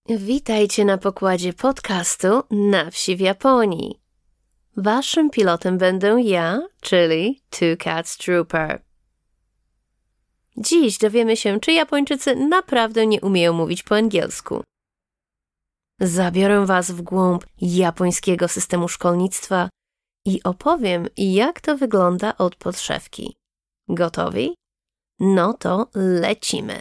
Witajcie na pokładzie podcastu Na wsi w Japonii. Waszym pilotem będę ja, czyli Two Cats Trooper. Dziś dowiemy się, czy Japończycy naprawdę nie umieją mówić po angielsku. Zabiorę was w głąb japońskiego systemu szkolnictwa i opowiem, jak to wygląda od podszewki. Gotowi? No to lecimy.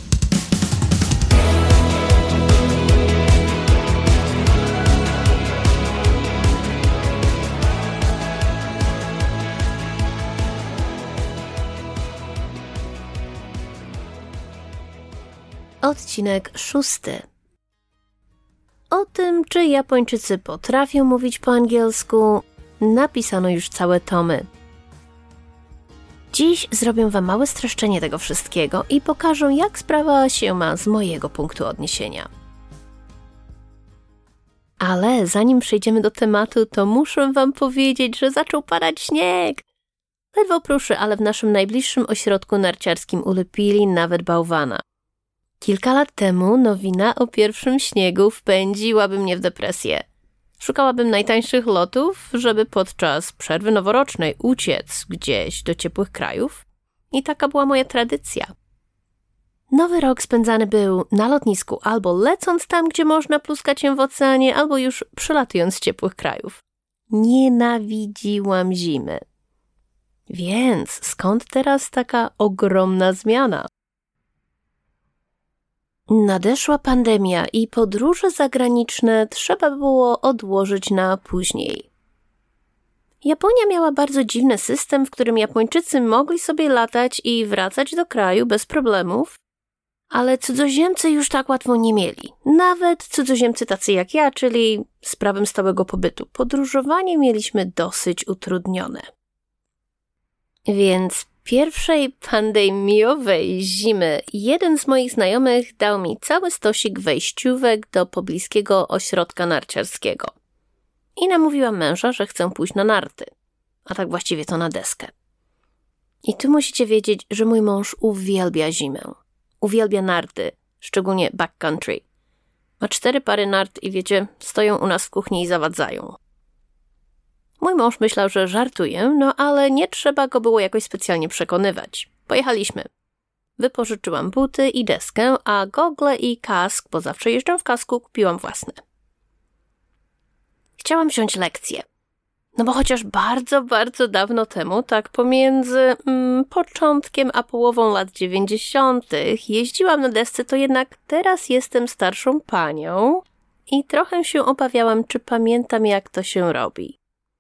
Odcinek 6. O tym, czy Japończycy potrafią mówić po angielsku, napisano już całe tomy. Dziś zrobię wam małe streszczenie tego wszystkiego i pokażę, jak sprawa się ma z mojego punktu odniesienia. Ale zanim przejdziemy do tematu, to muszę wam powiedzieć, że zaczął padać śnieg. Ledwo pruszy, ale w naszym najbliższym ośrodku narciarskim ulepili nawet bałwana. Kilka lat temu nowina o pierwszym śniegu wpędziłaby mnie w depresję. Szukałabym najtańszych lotów, żeby podczas przerwy noworocznej uciec gdzieś do ciepłych krajów. I taka była moja tradycja. Nowy rok spędzany był na lotnisku albo lecąc tam, gdzie można pluskać się w oceanie, albo już przylatując z ciepłych krajów. Nienawidziłam zimy. Więc skąd teraz taka ogromna zmiana? Nadeszła pandemia i podróże zagraniczne trzeba było odłożyć na później. Japonia miała bardzo dziwny system, w którym Japończycy mogli sobie latać i wracać do kraju bez problemów, ale cudzoziemcy już tak łatwo nie mieli. Nawet cudzoziemcy tacy jak ja, czyli z prawem stałego pobytu. Podróżowanie mieliśmy dosyć utrudnione. Więc pierwszej pandemiowej zimy jeden z moich znajomych dał mi cały stosik wejściówek do pobliskiego ośrodka narciarskiego. I namówiłam męża, że chcę pójść na narty, a tak właściwie to na deskę. I tu musicie wiedzieć, że mój mąż uwielbia zimę. Uwielbia narty, szczególnie backcountry. Ma 4 pary nart i wiecie, stoją u nas w kuchni i zawadzają. Mój mąż myślał, że żartuję, no ale nie trzeba go było jakoś specjalnie przekonywać. Pojechaliśmy. Wypożyczyłam buty i deskę, a gogle i kask, bo zawsze jeżdżę w kasku, kupiłam własne. Chciałam wziąć lekcję. No bo chociaż bardzo, bardzo dawno temu, tak pomiędzy początkiem a połową lat 90. jeździłam na desce, to jednak teraz jestem starszą panią i trochę się obawiałam, czy pamiętam, jak to się robi.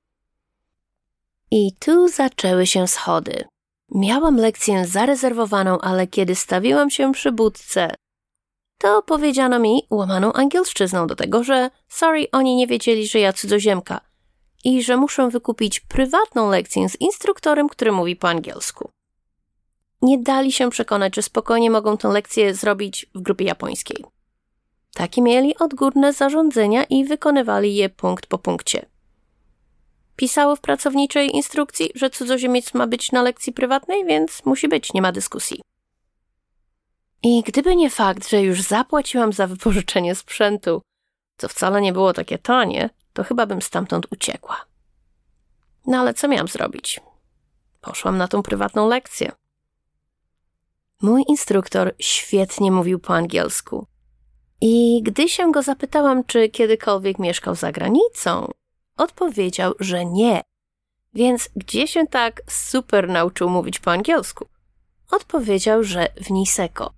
I tu zaczęły się schody. Miałam lekcję zarezerwowaną, ale kiedy stawiłam się przy budce, to powiedziano mi łamaną angielszczyzną do tego, że sorry, oni nie wiedzieli, że ja cudzoziemka i że muszę wykupić prywatną lekcję z instruktorem, który mówi po angielsku. Nie dali się przekonać, że spokojnie mogą tę lekcję zrobić w grupie japońskiej. Takie mieli odgórne zarządzenia i wykonywali je punkt po punkcie. Pisało w pracowniczej instrukcji, że cudzoziemiec ma być na lekcji prywatnej, więc musi być, nie ma dyskusji. I gdyby nie fakt, że już zapłaciłam za wypożyczenie sprzętu, co wcale nie było takie tanie, to chyba bym stamtąd uciekła. No ale co miałam zrobić? Poszłam na tą prywatną lekcję. Mój instruktor świetnie mówił po angielsku. I gdy się go zapytałam, czy kiedykolwiek mieszkał za granicą, odpowiedział, że nie. Więc gdzie się tak super nauczył mówić po angielsku? Odpowiedział, że w Niseko.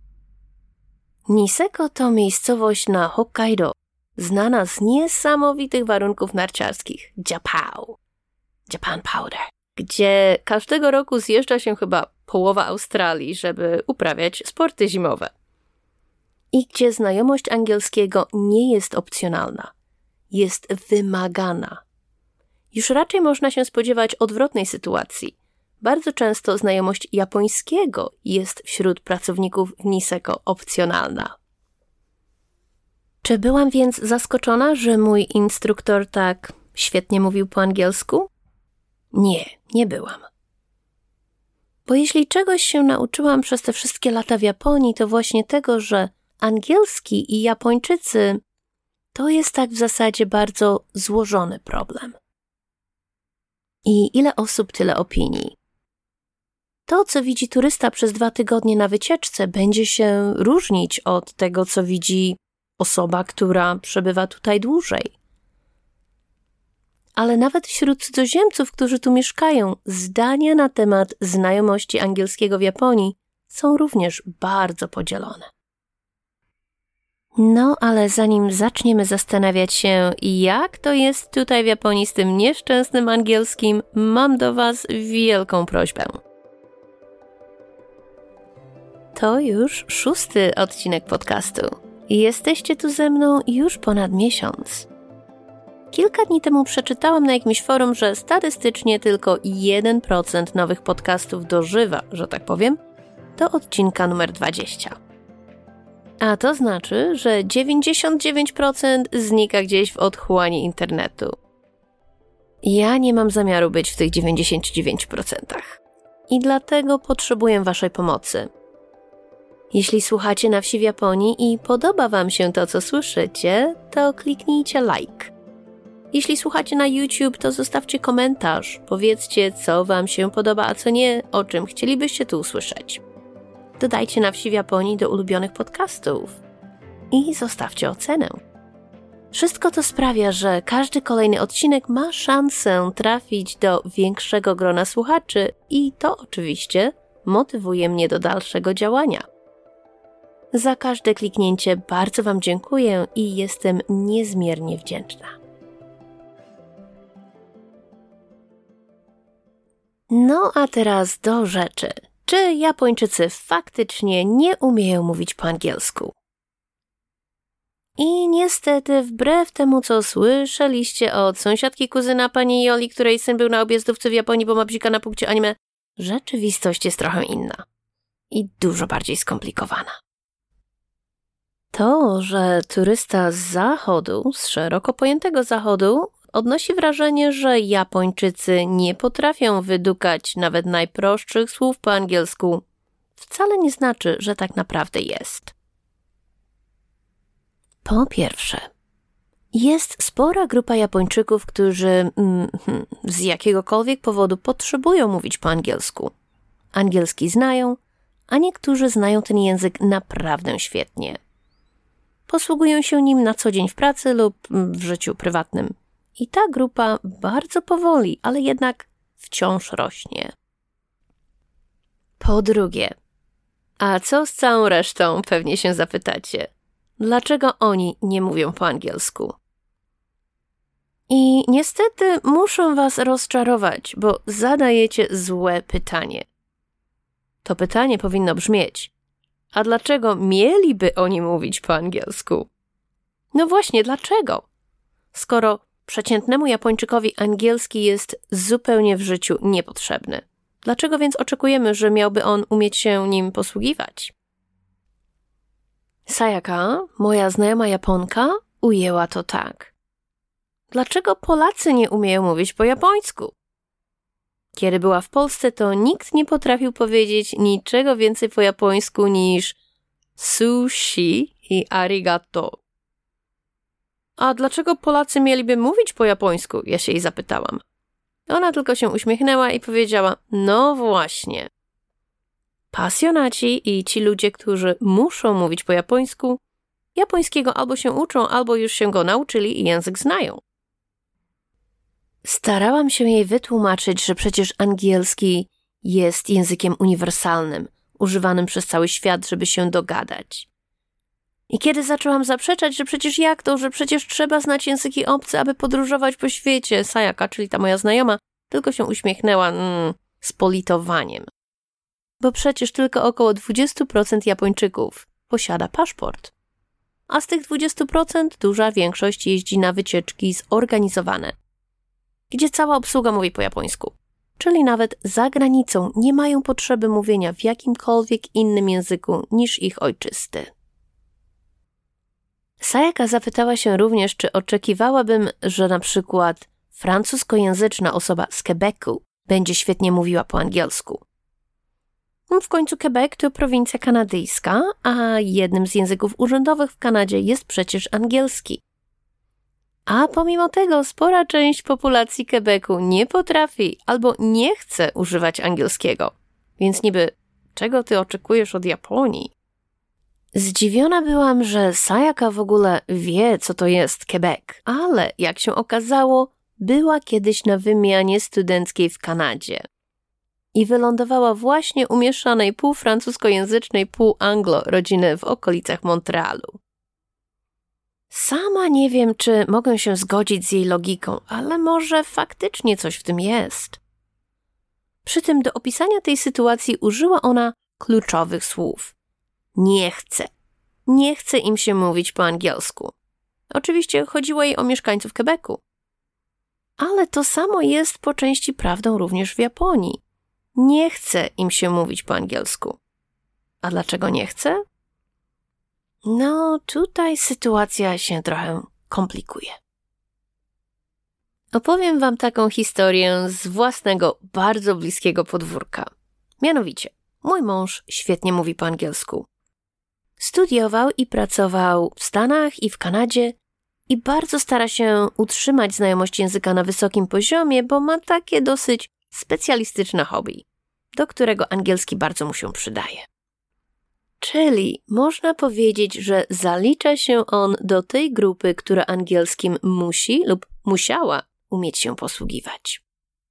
Niseko to miejscowość na Hokkaido, znana z niesamowitych warunków narciarskich, Japan Powder, gdzie każdego roku zjeżdża się chyba połowa Australii, żeby uprawiać sporty zimowe. I gdzie znajomość angielskiego nie jest opcjonalna. Jest wymagana. Już raczej można się spodziewać odwrotnej sytuacji. Bardzo często znajomość japońskiego jest wśród pracowników w Niseko opcjonalna. Czy byłam więc zaskoczona, że mój instruktor tak świetnie mówił po angielsku? Nie, nie byłam. Bo jeśli czegoś się nauczyłam przez te wszystkie lata w Japonii, to właśnie tego, że angielski i Japończycy to jest tak w zasadzie bardzo złożony problem. I ile osób, tyle opinii. To, co widzi turysta przez 2 tygodnie na wycieczce, będzie się różnić od tego, co widzi osoba, która przebywa tutaj dłużej. Ale nawet wśród cudzoziemców, którzy tu mieszkają, zdania na temat znajomości angielskiego w Japonii są również bardzo podzielone. No, ale zanim zaczniemy zastanawiać się, jak to jest tutaj w Japonii z tym nieszczęsnym angielskim, mam do Was wielką prośbę. To już 6. odcinek podcastu i jesteście tu ze mną już ponad miesiąc. Kilka dni temu przeczytałam na jakimś forum, że statystycznie tylko 1% nowych podcastów dożywa, że tak powiem, do odcinka numer 20. A to znaczy, że 99% znika gdzieś w otchłani internetu. Ja nie mam zamiaru być w tych 99%. I dlatego potrzebuję Waszej pomocy. Jeśli słuchacie na wsi w Japonii i podoba Wam się to, co słyszycie, to kliknijcie like. Jeśli słuchacie na YouTube, to zostawcie komentarz. Powiedzcie, co Wam się podoba, a co nie, o czym chcielibyście tu usłyszeć. Dodajcie na wsi w Japonii do ulubionych podcastów. I zostawcie ocenę. Wszystko to sprawia, że każdy kolejny odcinek ma szansę trafić do większego grona słuchaczy i to oczywiście motywuje mnie do dalszego działania. Za każde kliknięcie bardzo Wam dziękuję i jestem niezmiernie wdzięczna. No a teraz do rzeczy. Czy Japończycy faktycznie nie umieją mówić po angielsku? I niestety, wbrew temu, co słyszeliście od sąsiadki kuzyna pani Joli, której syn był na objazdówce w Japonii, bo ma bzika na punkcie anime, rzeczywistość jest trochę inna i dużo bardziej skomplikowana. To, że turysta z zachodu, z szeroko pojętego zachodu, odnosi wrażenie, że Japończycy nie potrafią wydukać nawet najprostszych słów po angielsku, wcale nie znaczy, że tak naprawdę jest. Po pierwsze, jest spora grupa Japończyków, którzy z jakiegokolwiek powodu potrzebują mówić po angielsku. Angielski znają, a niektórzy znają ten język naprawdę świetnie. Posługują się nim na co dzień w pracy lub w życiu prywatnym. I ta grupa bardzo powoli, ale jednak wciąż rośnie. Po drugie, a co z całą resztą, pewnie się zapytacie. Dlaczego oni nie mówią po angielsku? I niestety muszę Was rozczarować, bo zadajecie złe pytanie. To pytanie powinno brzmieć: a dlaczego mieliby oni mówić po angielsku? No właśnie, dlaczego? Skoro przeciętnemu Japończykowi angielski jest zupełnie w życiu niepotrzebny. Dlaczego więc oczekujemy, że miałby on umieć się nim posługiwać? Sayaka, moja znajoma Japonka, ujęła to tak. Dlaczego Polacy nie umieją mówić po japońsku? Kiedy była w Polsce, to nikt nie potrafił powiedzieć niczego więcej po japońsku niż sushi i arigato. A dlaczego Polacy mieliby mówić po japońsku? Ja się jej zapytałam. Ona tylko się uśmiechnęła i powiedziała: no właśnie. Pasjonaci i ci ludzie, którzy muszą mówić po japońsku, japońskiego albo się uczą, albo już się go nauczyli i język znają. Starałam się jej wytłumaczyć, że przecież angielski jest językiem uniwersalnym, używanym przez cały świat, żeby się dogadać. I kiedy zaczęłam zaprzeczać, że przecież jak to, że przecież trzeba znać języki obce, aby podróżować po świecie, Sayaka, czyli ta moja znajoma, tylko się uśmiechnęła z politowaniem. Bo przecież tylko około 20% Japończyków posiada paszport. A z tych 20% duża większość jeździ na wycieczki zorganizowane, gdzie cała obsługa mówi po japońsku. Czyli nawet za granicą nie mają potrzeby mówienia w jakimkolwiek innym języku niż ich ojczysty. Sayaka zapytała się również, czy oczekiwałabym, że na przykład francuskojęzyczna osoba z Quebecu będzie świetnie mówiła po angielsku. W końcu Quebec to prowincja kanadyjska, a jednym z języków urzędowych w Kanadzie jest przecież angielski. A pomimo tego spora część populacji Quebecu nie potrafi albo nie chce używać angielskiego. Więc niby, czego ty oczekujesz od Japonii? Zdziwiona byłam, że Sayaka w ogóle wie, co to jest Quebec, ale jak się okazało, była kiedyś na wymianie studenckiej w Kanadzie. I wylądowała właśnie u mieszanej pół francuskojęzycznej, pół anglo rodziny w okolicach Montrealu. Sama nie wiem, czy mogę się zgodzić z jej logiką, ale może faktycznie coś w tym jest. Przy tym do opisania tej sytuacji użyła ona kluczowych słów. Nie chce. Nie chce im się mówić po angielsku. Oczywiście chodziło jej o mieszkańców Quebecu. Ale to samo jest po części prawdą również w Japonii. Nie chce im się mówić po angielsku. A dlaczego nie chce? No, tutaj sytuacja się trochę komplikuje. Opowiem wam taką historię z własnego, bardzo bliskiego podwórka. Mianowicie, mój mąż świetnie mówi po angielsku. Studiował i pracował w Stanach i w Kanadzie i bardzo stara się utrzymać znajomość języka na wysokim poziomie, bo ma takie dosyć specjalistyczne hobby, do którego angielski bardzo mu się przydaje. Czyli można powiedzieć, że zalicza się on do tej grupy, która angielskim musi lub musiała umieć się posługiwać.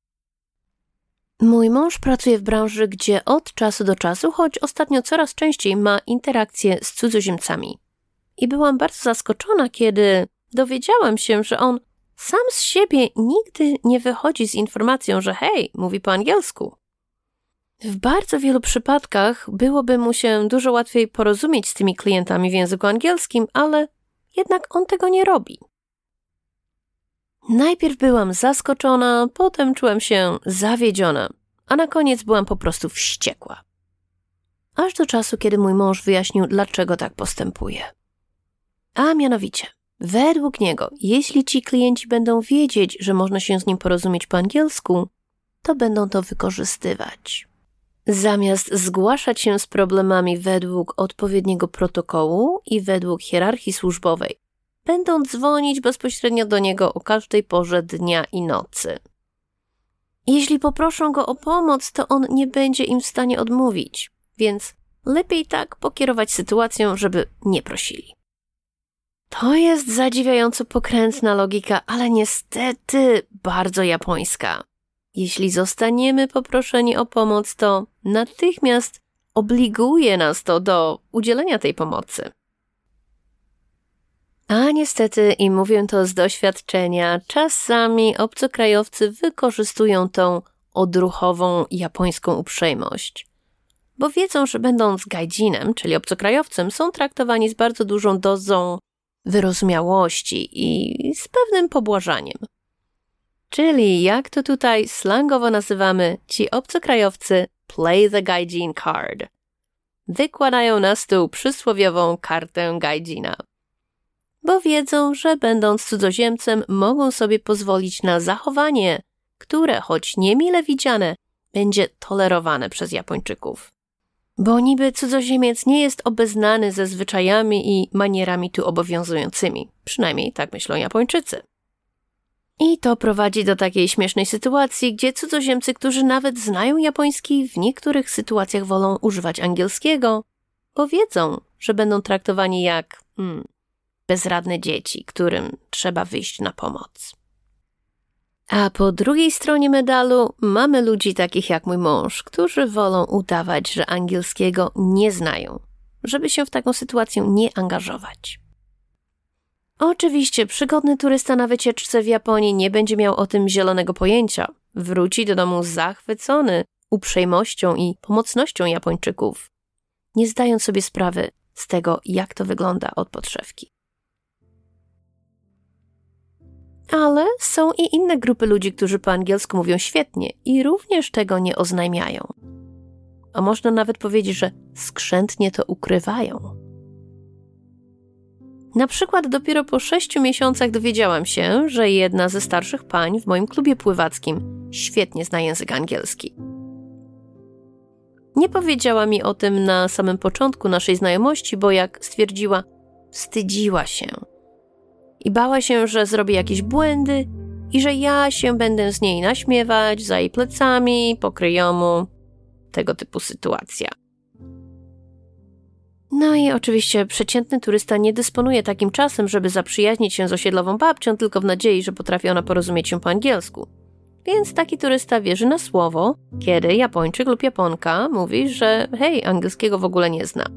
Mój mąż pracuje w branży, gdzie od czasu do czasu, choć ostatnio coraz częściej ma interakcje z cudzoziemcami. I byłam bardzo zaskoczona, kiedy dowiedziałam się, że on sam z siebie nigdy nie wychodzi z informacją, że hej, mówi po angielsku. W bardzo wielu przypadkach byłoby mu się dużo łatwiej porozumieć z tymi klientami w języku angielskim, ale jednak on tego nie robi. Najpierw byłam zaskoczona, potem czułam się zawiedziona, a na koniec byłam po prostu wściekła. Aż do czasu, kiedy mój mąż wyjaśnił, dlaczego tak postępuje. A mianowicie, według niego, jeśli ci klienci będą wiedzieć, że można się z nim porozumieć po angielsku, to będą to wykorzystywać. Zamiast zgłaszać się z problemami według odpowiedniego protokołu i według hierarchii służbowej, będą dzwonić bezpośrednio do niego o każdej porze dnia i nocy. Jeśli poproszą go o pomoc, to on nie będzie im w stanie odmówić, więc lepiej tak pokierować sytuacją, żeby nie prosili. To jest zadziwiająco pokrętna logika, ale niestety bardzo japońska. Jeśli zostaniemy poproszeni o pomoc, to natychmiast obliguje nas to do udzielenia tej pomocy. A niestety, i mówię to z doświadczenia, czasami obcokrajowcy wykorzystują tą odruchową japońską uprzejmość. Bo wiedzą, że będąc gaijinem, czyli obcokrajowcem, są traktowani z bardzo dużą dozą wyrozumiałości i z pewnym pobłażaniem. Czyli, jak to tutaj slangowo nazywamy, ci obcokrajowcy play the gaijin card. Wykładają na stół przysłowiową kartę gaijina. Bo wiedzą, że będąc cudzoziemcem mogą sobie pozwolić na zachowanie, które choć niemile widziane, będzie tolerowane przez Japończyków. Bo niby cudzoziemiec nie jest obeznany ze zwyczajami i manierami tu obowiązującymi. Przynajmniej tak myślą Japończycy. I to prowadzi do takiej śmiesznej sytuacji, gdzie cudzoziemcy, którzy nawet znają japoński, w niektórych sytuacjach wolą używać angielskiego, bo wiedzą, że będą traktowani jak bezradne dzieci, którym trzeba wyjść na pomoc. A po drugiej stronie medalu mamy ludzi takich jak mój mąż, którzy wolą udawać, że angielskiego nie znają, żeby się w taką sytuację nie angażować. Oczywiście przygodny turysta na wycieczce w Japonii nie będzie miał o tym zielonego pojęcia. Wróci do domu zachwycony uprzejmością i pomocnością Japończyków, nie zdając sobie sprawy z tego, jak to wygląda od podszewki. Ale są i inne grupy ludzi, którzy po angielsku mówią świetnie i również tego nie oznajmiają. A można nawet powiedzieć, że skrzętnie to ukrywają. Na przykład dopiero po 6 miesiącach dowiedziałam się, że jedna ze starszych pań w moim klubie pływackim świetnie zna język angielski. Nie powiedziała mi o tym na samym początku naszej znajomości, bo jak stwierdziła, wstydziła się. I bała się, że zrobi jakieś błędy i że ja się będę z niej naśmiewać za jej plecami, pokryjomu, tego typu sytuacja. No i oczywiście przeciętny turysta nie dysponuje takim czasem, żeby zaprzyjaźnić się z osiedlową babcią tylko w nadziei, że potrafi ona porozumieć się po angielsku. Więc taki turysta wierzy na słowo, kiedy Japończyk lub Japonka mówi, że hej, angielskiego w ogóle nie zna.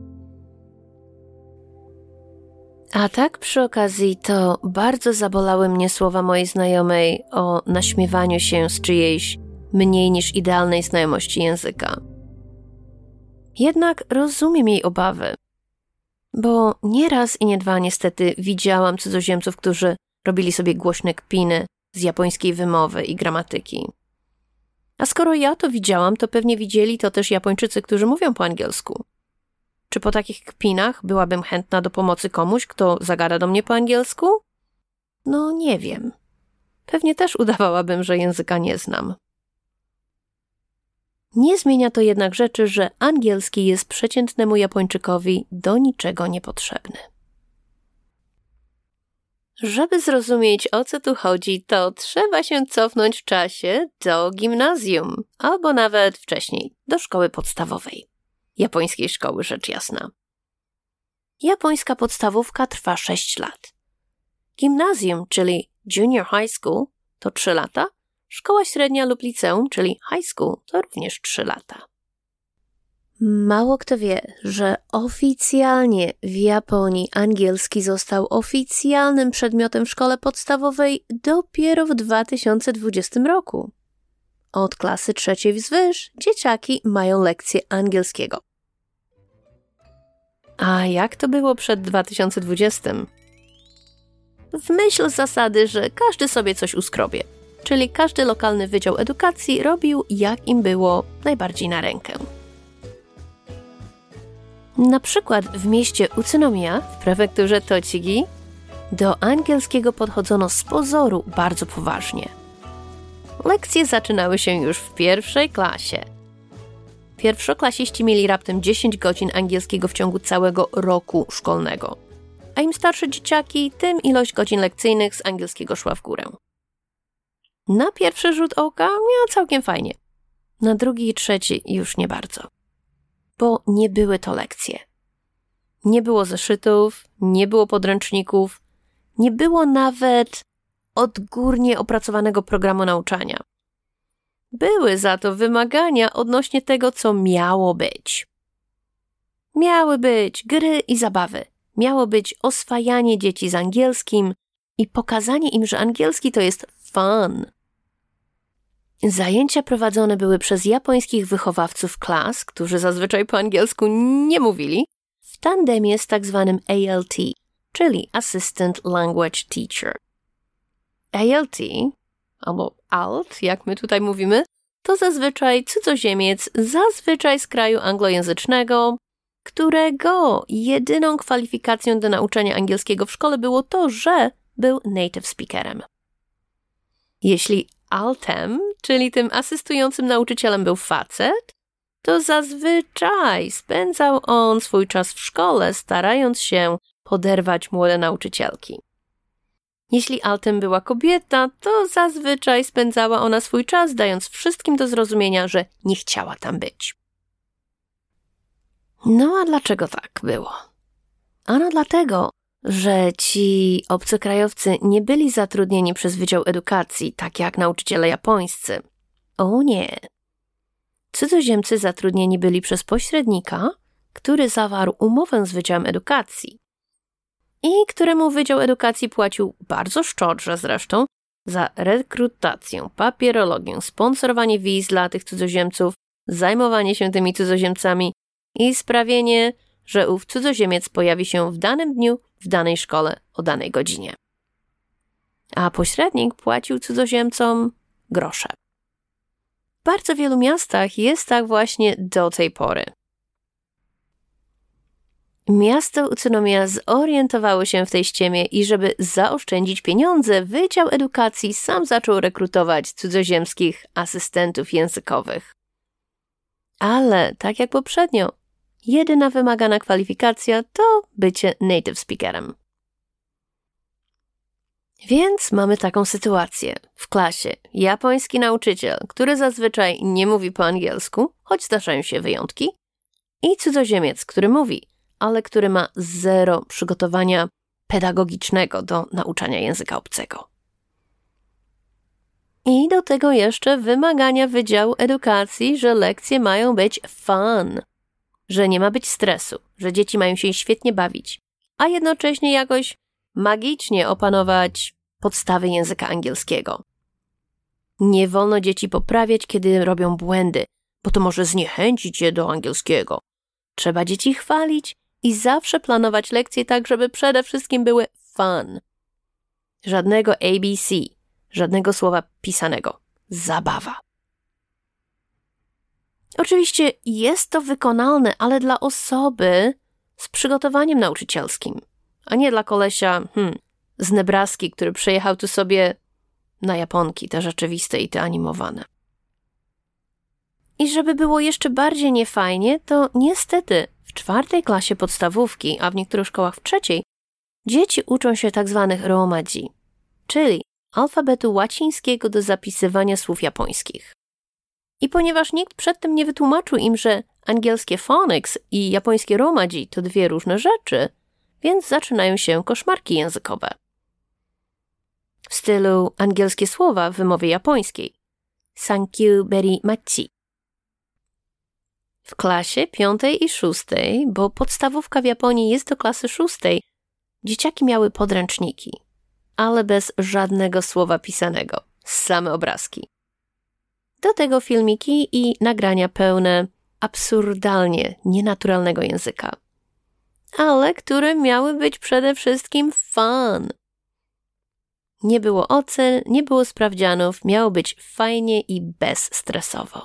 A tak przy okazji to bardzo zabolały mnie słowa mojej znajomej o naśmiewaniu się z czyjejś mniej niż idealnej znajomości języka. Jednak rozumiem jej obawy, bo nie raz i nie dwa niestety widziałam cudzoziemców, którzy robili sobie głośne kpiny z japońskiej wymowy i gramatyki. A skoro ja to widziałam, to pewnie widzieli to też Japończycy, którzy mówią po angielsku. Czy po takich kpinach byłabym chętna do pomocy komuś, kto zagada do mnie po angielsku? No nie wiem. Pewnie też udawałabym, że języka nie znam. Nie zmienia to jednak rzeczy, że angielski jest przeciętnemu Japończykowi do niczego niepotrzebny. Żeby zrozumieć, o co tu chodzi, to trzeba się cofnąć w czasie do gimnazjum, albo nawet wcześniej, do szkoły podstawowej. Japońskiej szkoły, rzecz jasna. Japońska podstawówka trwa 6 lat. Gimnazjum, czyli junior high school, to 3 lata. Szkoła średnia lub liceum, czyli high school, to również 3 lata. Mało kto wie, że oficjalnie w Japonii angielski został oficjalnym przedmiotem w szkole podstawowej dopiero w 2020 roku. Od klasy 3 wzwyż dzieciaki mają lekcje angielskiego. A jak to było przed 2020? W myśl zasady, że każdy sobie coś uskrobie, czyli każdy lokalny wydział edukacji robił, jak im było najbardziej na rękę. Na przykład w mieście Utsunomiya w prefekturze Tochigi do angielskiego podchodzono z pozoru bardzo poważnie. Lekcje zaczynały się już w 1. klasie. Pierwszoklasiści mieli raptem 10 godzin angielskiego w ciągu całego roku szkolnego, a im starsze dzieciaki, tym ilość godzin lekcyjnych z angielskiego szła w górę. Na pierwszy rzut oka miała całkiem fajnie, na drugi i trzeci już nie bardzo, bo nie były to lekcje. Nie było zeszytów, nie było podręczników, nie było nawet odgórnie opracowanego programu nauczania. Były za to wymagania odnośnie tego, co miało być. Miały być gry i zabawy. Miało być oswajanie dzieci z angielskim i pokazanie im, że angielski to jest fun. Zajęcia prowadzone były przez japońskich wychowawców klas, którzy zazwyczaj po angielsku nie mówili, w tandemie z tak zwanym ALT, czyli Assistant Language Teacher. ALT, albo ALT, jak my tutaj mówimy, to zazwyczaj cudzoziemiec, zazwyczaj z kraju anglojęzycznego, którego jedyną kwalifikacją do nauczania angielskiego w szkole było to, że był native speakerem. Jeśli ALT-em, czyli tym asystującym nauczycielem był facet, to zazwyczaj spędzał on swój czas w szkole, starając się poderwać młode nauczycielki. Jeśli ALT-em była kobieta, to zazwyczaj spędzała ona swój czas, dając wszystkim do zrozumienia, że nie chciała tam być. No a dlaczego tak było? Ano dlatego, że ci obcokrajowcy nie byli zatrudnieni przez Wydział Edukacji, tak jak nauczyciele japońscy. O nie! Cudzoziemcy zatrudnieni byli przez pośrednika, który zawarł umowę z Wydziałem Edukacji i któremu Wydział Edukacji płacił bardzo szczodrze zresztą za rekrutację, papierologię, sponsorowanie wiz dla tych cudzoziemców, zajmowanie się tymi cudzoziemcami i sprawienie, że ów cudzoziemiec pojawi się w danym dniu, w danej szkole, o danej godzinie. A pośrednik płacił cudzoziemcom grosze. W bardzo wielu miastach jest tak właśnie do tej pory. Miasto Utsunomiya zorientowało się w tej ściemie i żeby zaoszczędzić pieniądze, Wydział Edukacji sam zaczął rekrutować cudzoziemskich asystentów językowych. Ale, tak jak poprzednio, jedyna wymagana kwalifikacja to bycie native speakerem. Więc mamy taką sytuację. W klasie japoński nauczyciel, który zazwyczaj nie mówi po angielsku, choć zdarzają się wyjątki, i cudzoziemiec, który mówi, ale który ma zero przygotowania pedagogicznego do nauczania języka obcego. I do tego jeszcze wymagania Wydziału Edukacji, że lekcje mają być fun, że nie ma być stresu, że dzieci mają się świetnie bawić, a jednocześnie jakoś magicznie opanować podstawy języka angielskiego. Nie wolno dzieci poprawiać, kiedy robią błędy, bo to może zniechęcić je do angielskiego. Trzeba dzieci chwalić i zawsze planować lekcje tak, żeby przede wszystkim były fun. Żadnego ABC, żadnego słowa pisanego. Zabawa. Oczywiście jest to wykonalne, ale dla osoby z przygotowaniem nauczycielskim, a nie dla kolesia z Nebraski, który przyjechał tu sobie na japonki, te rzeczywiste i te animowane. I żeby było jeszcze bardziej niefajnie, to niestety w 4. klasie podstawówki, a w niektórych szkołach w 3, dzieci uczą się tak zwanych romaji, czyli alfabetu łacińskiego do zapisywania słów japońskich. I ponieważ nikt przedtem nie wytłumaczył im, że angielskie phonics i japońskie romaji to dwie różne rzeczy, więc zaczynają się koszmarki językowe. W stylu angielskie słowa w wymowie japońskiej. Sankyu very much. W klasie 5. i 6, bo podstawówka w Japonii jest do klasy 6, dzieciaki miały podręczniki, ale bez żadnego słowa pisanego, same obrazki. Do tego filmiki i nagrania pełne absurdalnie nienaturalnego języka, ale które miały być przede wszystkim fun. Nie było ocen, nie było sprawdzianów, miało być fajnie i bezstresowo.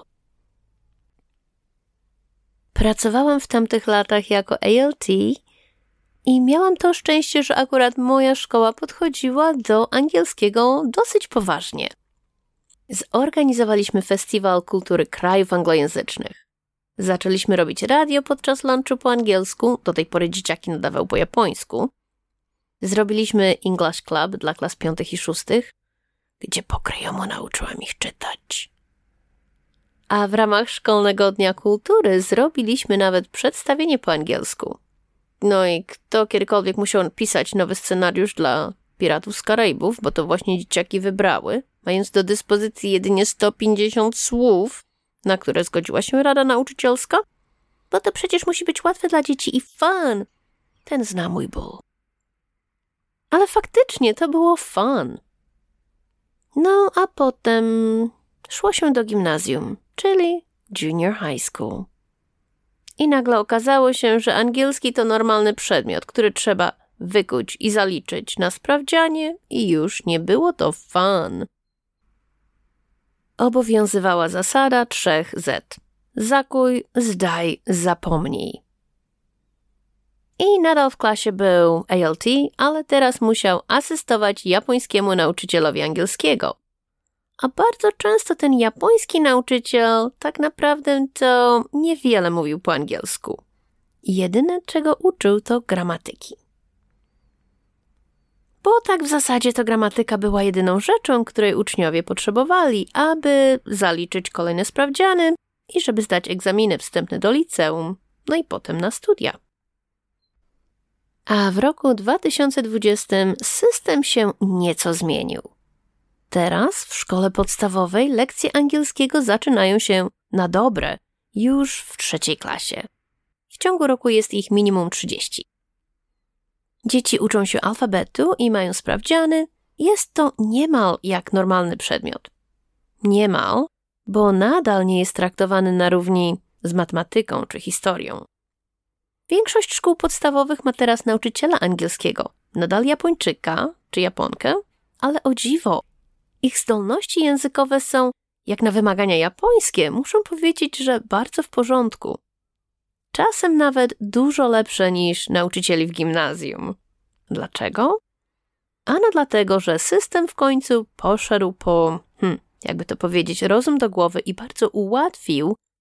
Pracowałam w tamtych latach jako ALT i miałam to szczęście, że akurat moja szkoła podchodziła do angielskiego dosyć poważnie. Zorganizowaliśmy Festiwal Kultury Krajów Anglojęzycznych. Zaczęliśmy robić radio podczas lunchu po angielsku, do tej pory dzieciaki nadawały po japońsku. Zrobiliśmy English Club dla klas 5. i 6, gdzie po kryjomu nauczyłam ich czytać. A w ramach Szkolnego Dnia Kultury zrobiliśmy nawet przedstawienie po angielsku. No i kto kiedykolwiek musiał pisać nowy scenariusz dla Piratów z Karaibów, bo to właśnie dzieciaki wybrały, mając do dyspozycji jedynie 150 słów, na które zgodziła się Rada Nauczycielska, bo to przecież musi być łatwe dla dzieci i fun. Ten zna mój ból. Ale faktycznie to było fun. No a potem szło się do gimnazjum, czyli junior high school. I nagle okazało się, że angielski to normalny przedmiot, który trzeba wykuć i zaliczyć na sprawdzianie i już nie było to fun. Obowiązywała zasada 3 Z. Zakuj, zdaj, zapomnij. I nadal w klasie był ALT, ale teraz musiał asystować japońskiemu nauczycielowi angielskiego. A bardzo często ten japoński nauczyciel tak naprawdę to niewiele mówił po angielsku. Jedyne, czego uczył, to gramatyki. Bo tak w zasadzie to gramatyka była jedyną rzeczą, której uczniowie potrzebowali, aby zaliczyć kolejne sprawdziany i żeby zdać egzaminy wstępne do liceum, no i potem na studia. A w roku 2020 system się nieco zmienił. Teraz w szkole podstawowej lekcje angielskiego zaczynają się na dobre już w 3. klasie. W ciągu roku jest ich minimum 30. Dzieci uczą się alfabetu i mają sprawdziany. Jest to niemal jak normalny przedmiot. Niemal, bo nadal nie jest traktowany na równi z matematyką czy historią. Większość szkół podstawowych ma teraz nauczyciela angielskiego, nadal Japończyka czy Japonkę, ale o dziwo, ich zdolności językowe są, jak na wymagania japońskie, muszę powiedzieć, że bardzo w porządku. Czasem nawet dużo lepsze niż nauczycieli w gimnazjum. Dlaczego? Ano dlatego, że system w końcu poszedł po, jakby to powiedzieć, rozum do głowy i bardzo ułatwił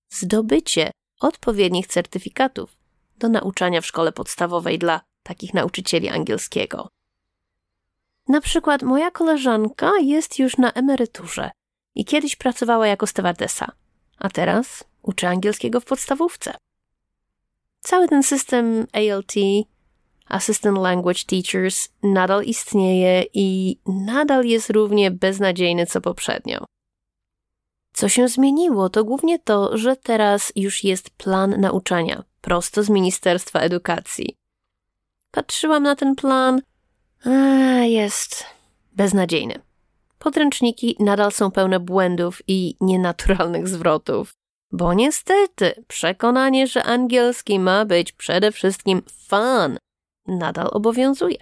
zdobycie odpowiednich certyfikatów do nauczania w szkole podstawowej dla takich nauczycieli angielskiego. Na przykład moja koleżanka jest już na emeryturze i kiedyś pracowała jako stewardesa, a teraz uczy angielskiego w podstawówce. Cały ten system ALT, Assistant Language Teachers, nadal istnieje i nadal jest równie beznadziejny co poprzednio. Co się zmieniło, to głównie to, że teraz już jest plan nauczania, prosto z Ministerstwa Edukacji. Patrzyłam na ten plan, jest beznadziejny. Podręczniki nadal są pełne błędów i nienaturalnych zwrotów, bo niestety przekonanie, że angielski ma być przede wszystkim fun, nadal obowiązuje.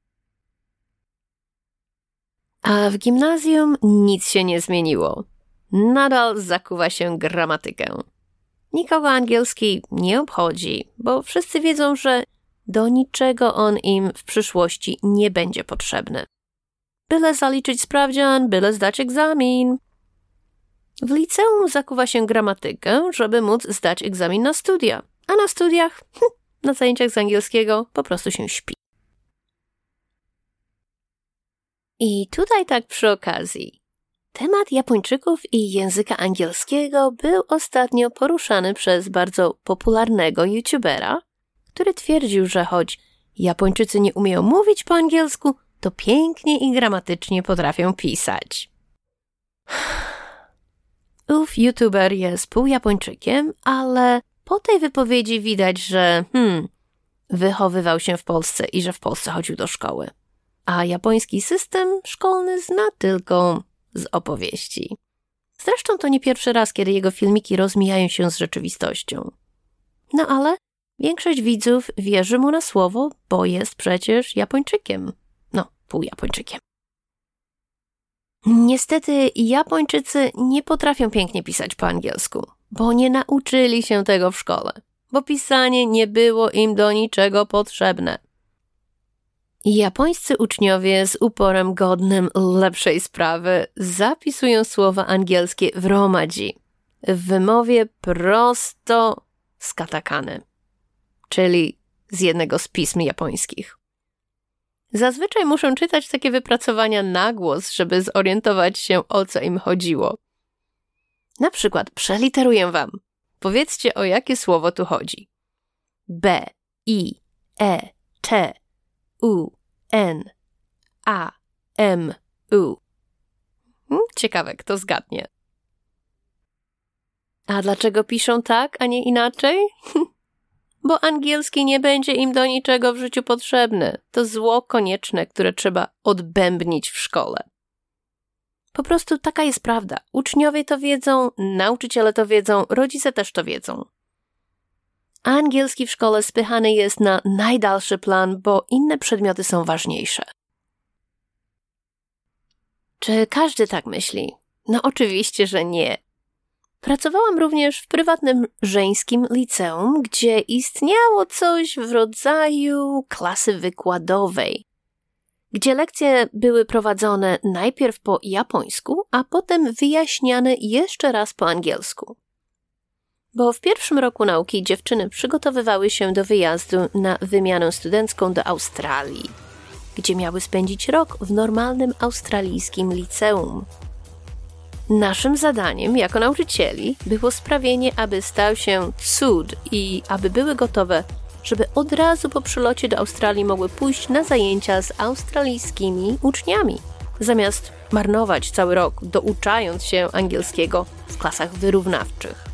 A w gimnazjum nic się nie zmieniło. Nadal zakuwa się gramatykę. Nikogo angielski nie obchodzi, bo wszyscy wiedzą, że do niczego on im w przyszłości nie będzie potrzebny. Byle zaliczyć sprawdzian, byle zdać egzamin. W liceum zakuwa się gramatykę, żeby móc zdać egzamin na studia, a na studiach, na zajęciach z angielskiego po prostu się śpi. I tutaj tak przy okazji. Temat Japończyków i języka angielskiego był ostatnio poruszany przez bardzo popularnego youtubera, który twierdził, że choć Japończycy nie umieją mówić po angielsku, to pięknie i gramatycznie potrafią pisać. Ów youtuber jest pół Japończykiem, ale po tej wypowiedzi widać, że wychowywał się w Polsce i że w Polsce chodził do szkoły. A japoński system szkolny zna tylko z opowieści. Zresztą to nie pierwszy raz, kiedy jego filmiki rozmijają się z rzeczywistością. No ale większość widzów wierzy mu na słowo, bo jest przecież Japończykiem. No, pół Japończykiem. Niestety Japończycy nie potrafią pięknie pisać po angielsku, bo nie nauczyli się tego w szkole, bo pisanie nie było im do niczego potrzebne. Japońscy uczniowie z uporem godnym lepszej sprawy zapisują słowa angielskie w romadzi, w wymowie prosto z katakany, czyli z jednego z pism japońskich. Zazwyczaj muszą czytać takie wypracowania na głos, żeby zorientować się, o co im chodziło. Na przykład przeliteruję wam. Powiedzcie, o jakie słowo tu chodzi. B, I, E, T, U, N, A, M, U. Ciekawe, kto zgadnie. A dlaczego piszą tak, a nie inaczej? Bo angielski nie będzie im do niczego w życiu potrzebny. To zło konieczne, które trzeba odbębnić w szkole. Po prostu taka jest prawda. Uczniowie to wiedzą, nauczyciele to wiedzą, rodzice też to wiedzą. Angielski w szkole spychany jest na najdalszy plan, bo inne przedmioty są ważniejsze. Czy każdy tak myśli? No oczywiście, że nie. Pracowałam również w prywatnym żeńskim liceum, gdzie istniało coś w rodzaju klasy wykładowej, gdzie lekcje były prowadzone najpierw po japońsku, a potem wyjaśniane jeszcze raz po angielsku. Bo w pierwszym roku nauki dziewczyny przygotowywały się do wyjazdu na wymianę studencką do Australii, gdzie miały spędzić rok w normalnym australijskim liceum. Naszym zadaniem jako nauczycieli było sprawienie, aby stał się cud i aby były gotowe, żeby od razu po przylocie do Australii mogły pójść na zajęcia z australijskimi uczniami, zamiast marnować cały rok douczając się angielskiego w klasach wyrównawczych.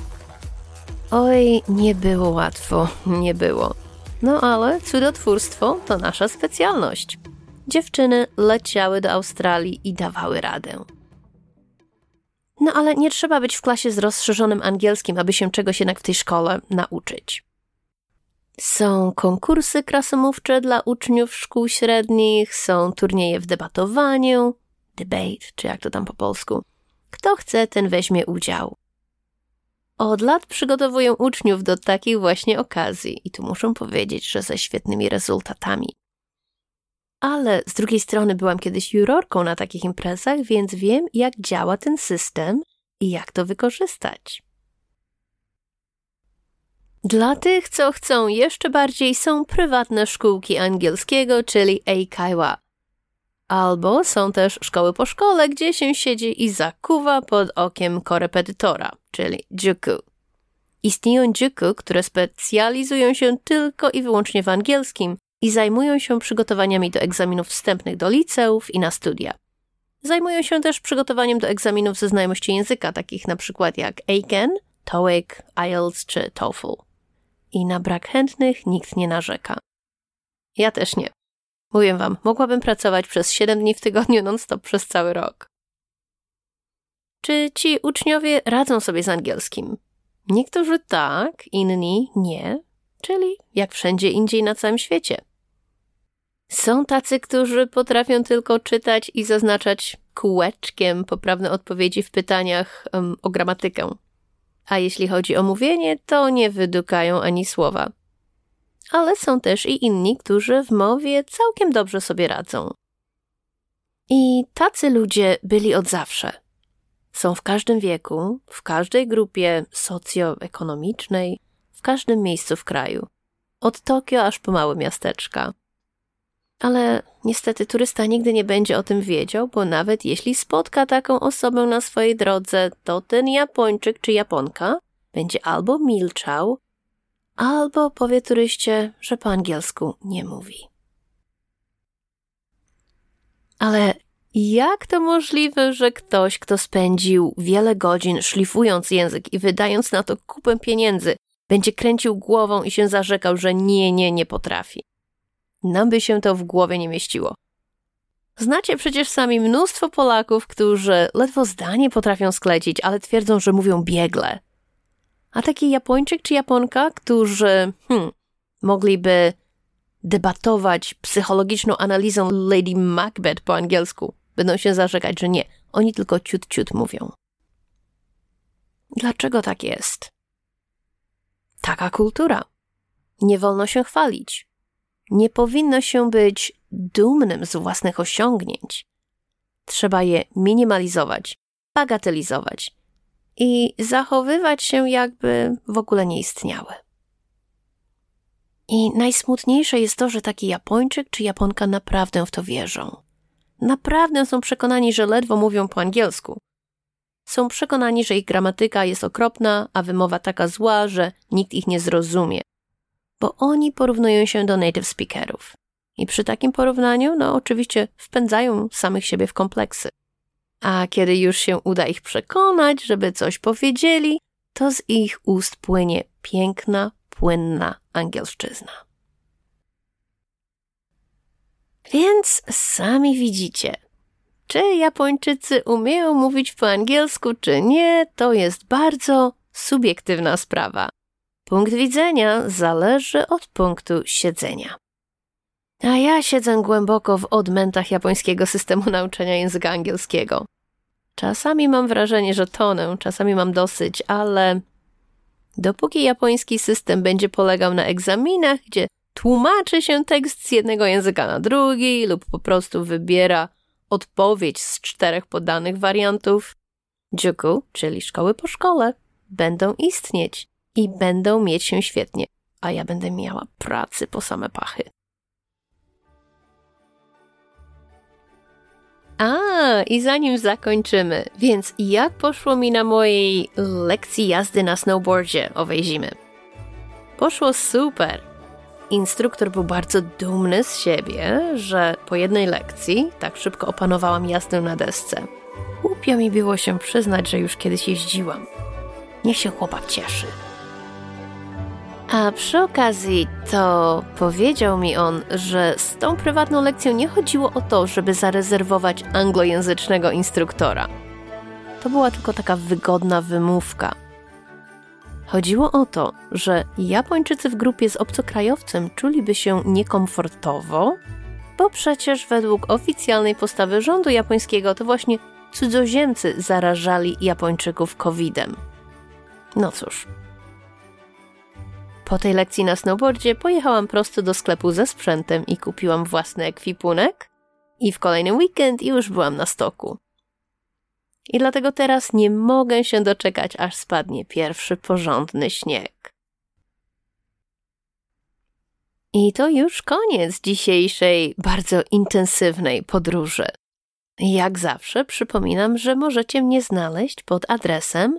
Oj, nie było łatwo, nie było. No ale cudotwórstwo to nasza specjalność. Dziewczyny leciały do Australii i dawały radę. No ale nie trzeba być w klasie z rozszerzonym angielskim, aby się czegoś jednak w tej szkole nauczyć. Są konkursy krasomówcze dla uczniów szkół średnich, są turnieje w debatowaniu, debate, czy jak to tam po polsku. Kto chce, ten weźmie udział. Od lat przygotowują uczniów do takich właśnie okazji i tu muszę powiedzieć, że ze świetnymi rezultatami. Ale z drugiej strony byłam kiedyś jurorką na takich imprezach, więc wiem, jak działa ten system i jak to wykorzystać. Dla tych, co chcą jeszcze bardziej, są prywatne szkółki angielskiego, czyli eikaiwa. Albo są też szkoły po szkole, gdzie się siedzi i zakuwa pod okiem korepetytora, czyli juku. Istnieją juku, które specjalizują się tylko i wyłącznie w angielskim i zajmują się przygotowaniami do egzaminów wstępnych do liceów i na studia. Zajmują się też przygotowaniem do egzaminów ze znajomości języka, takich na przykład jak Eiken, TOEIC, IELTS czy TOEFL. I na brak chętnych nikt nie narzeka. Ja też nie. Mówię wam, mogłabym pracować przez 7 dni w tygodniu non-stop przez cały rok. Czy ci uczniowie radzą sobie z angielskim? Niektórzy tak, inni nie, czyli jak wszędzie indziej na całym świecie. Są tacy, którzy potrafią tylko czytać i zaznaczać kółeczkiem poprawne odpowiedzi w pytaniach o gramatykę. A jeśli chodzi o mówienie, to nie wydukają ani słowa. Ale są też i inni, którzy w mowie całkiem dobrze sobie radzą. I tacy ludzie byli od zawsze. Są w każdym wieku, w każdej grupie socjoekonomicznej, w każdym miejscu w kraju. Od Tokio aż po małe miasteczka. Ale niestety turysta nigdy nie będzie o tym wiedział, bo nawet jeśli spotka taką osobę na swojej drodze, to ten Japończyk czy Japonka będzie albo milczał, albo powie turyście, że po angielsku nie mówi. Ale jak to możliwe, że ktoś, kto spędził wiele godzin szlifując język i wydając na to kupę pieniędzy, będzie kręcił głową i się zarzekał, że nie potrafi? Nam by się to w głowie nie mieściło. Znacie przecież sami mnóstwo Polaków, którzy ledwo zdanie potrafią sklecić, ale twierdzą, że mówią biegle. A taki Japończyk czy Japonka, którzy mogliby debatować psychologiczną analizą Lady Macbeth po angielsku, będą się zarzekać, że nie, oni tylko ciut mówią. Dlaczego tak jest? Taka kultura. Nie wolno się chwalić. Nie powinno się być dumnym z własnych osiągnięć. Trzeba je minimalizować, bagatelizować i zachowywać się, jakby w ogóle nie istniały. I najsmutniejsze jest to, że taki Japończyk czy Japonka naprawdę w to wierzą. Naprawdę są przekonani, że ledwo mówią po angielsku. Są przekonani, że ich gramatyka jest okropna, a wymowa taka zła, że nikt ich nie zrozumie. Bo oni porównują się do native speakerów. I przy takim porównaniu, oczywiście wpędzają samych siebie w kompleksy. A kiedy już się uda ich przekonać, żeby coś powiedzieli, to z ich ust płynie piękna, płynna angielszczyzna. Więc sami widzicie, czy Japończycy umieją mówić po angielsku, czy nie, to jest bardzo subiektywna sprawa. Punkt widzenia zależy od punktu siedzenia. A ja siedzę głęboko w odmętach japońskiego systemu nauczania języka angielskiego. Czasami mam wrażenie, że tonę, czasami mam dosyć, ale dopóki japoński system będzie polegał na egzaminach, gdzie tłumaczy się tekst z jednego języka na drugi lub po prostu wybiera odpowiedź z 4 podanych wariantów, juku, czyli szkoły po szkole, będą istnieć i będą mieć się świetnie, a ja będę miała pracy po same pachy. I zanim zakończymy, więc jak poszło mi na mojej lekcji jazdy na snowboardzie owej zimy? Poszło super! Instruktor był bardzo dumny z siebie, że po jednej lekcji tak szybko opanowałam jazdę na desce. Głupio mi było się przyznać, że już kiedyś jeździłam. Niech się chłopak cieszy. A przy okazji to powiedział mi on, że z tą prywatną lekcją nie chodziło o to, żeby zarezerwować anglojęzycznego instruktora. To była tylko taka wygodna wymówka. Chodziło o to, że Japończycy w grupie z obcokrajowcem czuliby się niekomfortowo, bo przecież według oficjalnej postawy rządu japońskiego to właśnie cudzoziemcy zarażali Japończyków COVID-em. No cóż. Po tej lekcji na snowboardzie pojechałam prosto do sklepu ze sprzętem i kupiłam własny ekwipunek i w kolejny weekend już byłam na stoku. I dlatego teraz nie mogę się doczekać, aż spadnie pierwszy porządny śnieg. I to już koniec dzisiejszej bardzo intensywnej podróży. Jak zawsze przypominam, że możecie mnie znaleźć pod adresem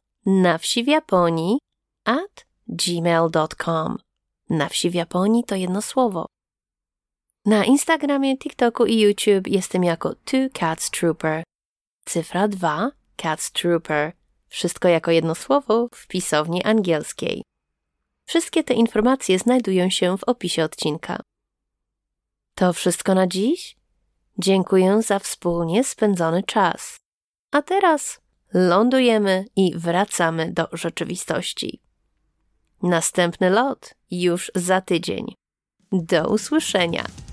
nawsiwjaponii@gmail.com. Na wsi w Japonii to jedno słowo. Na Instagramie, TikToku i YouTube jestem jako 2CatsTrooper. Cyfra 2, Cats Trooper. Wszystko jako jedno słowo w pisowni angielskiej. Wszystkie te informacje znajdują się w opisie odcinka. To wszystko na dziś. Dziękuję za wspólnie spędzony czas. A teraz lądujemy i wracamy do rzeczywistości. Następny lot już za tydzień. Do usłyszenia.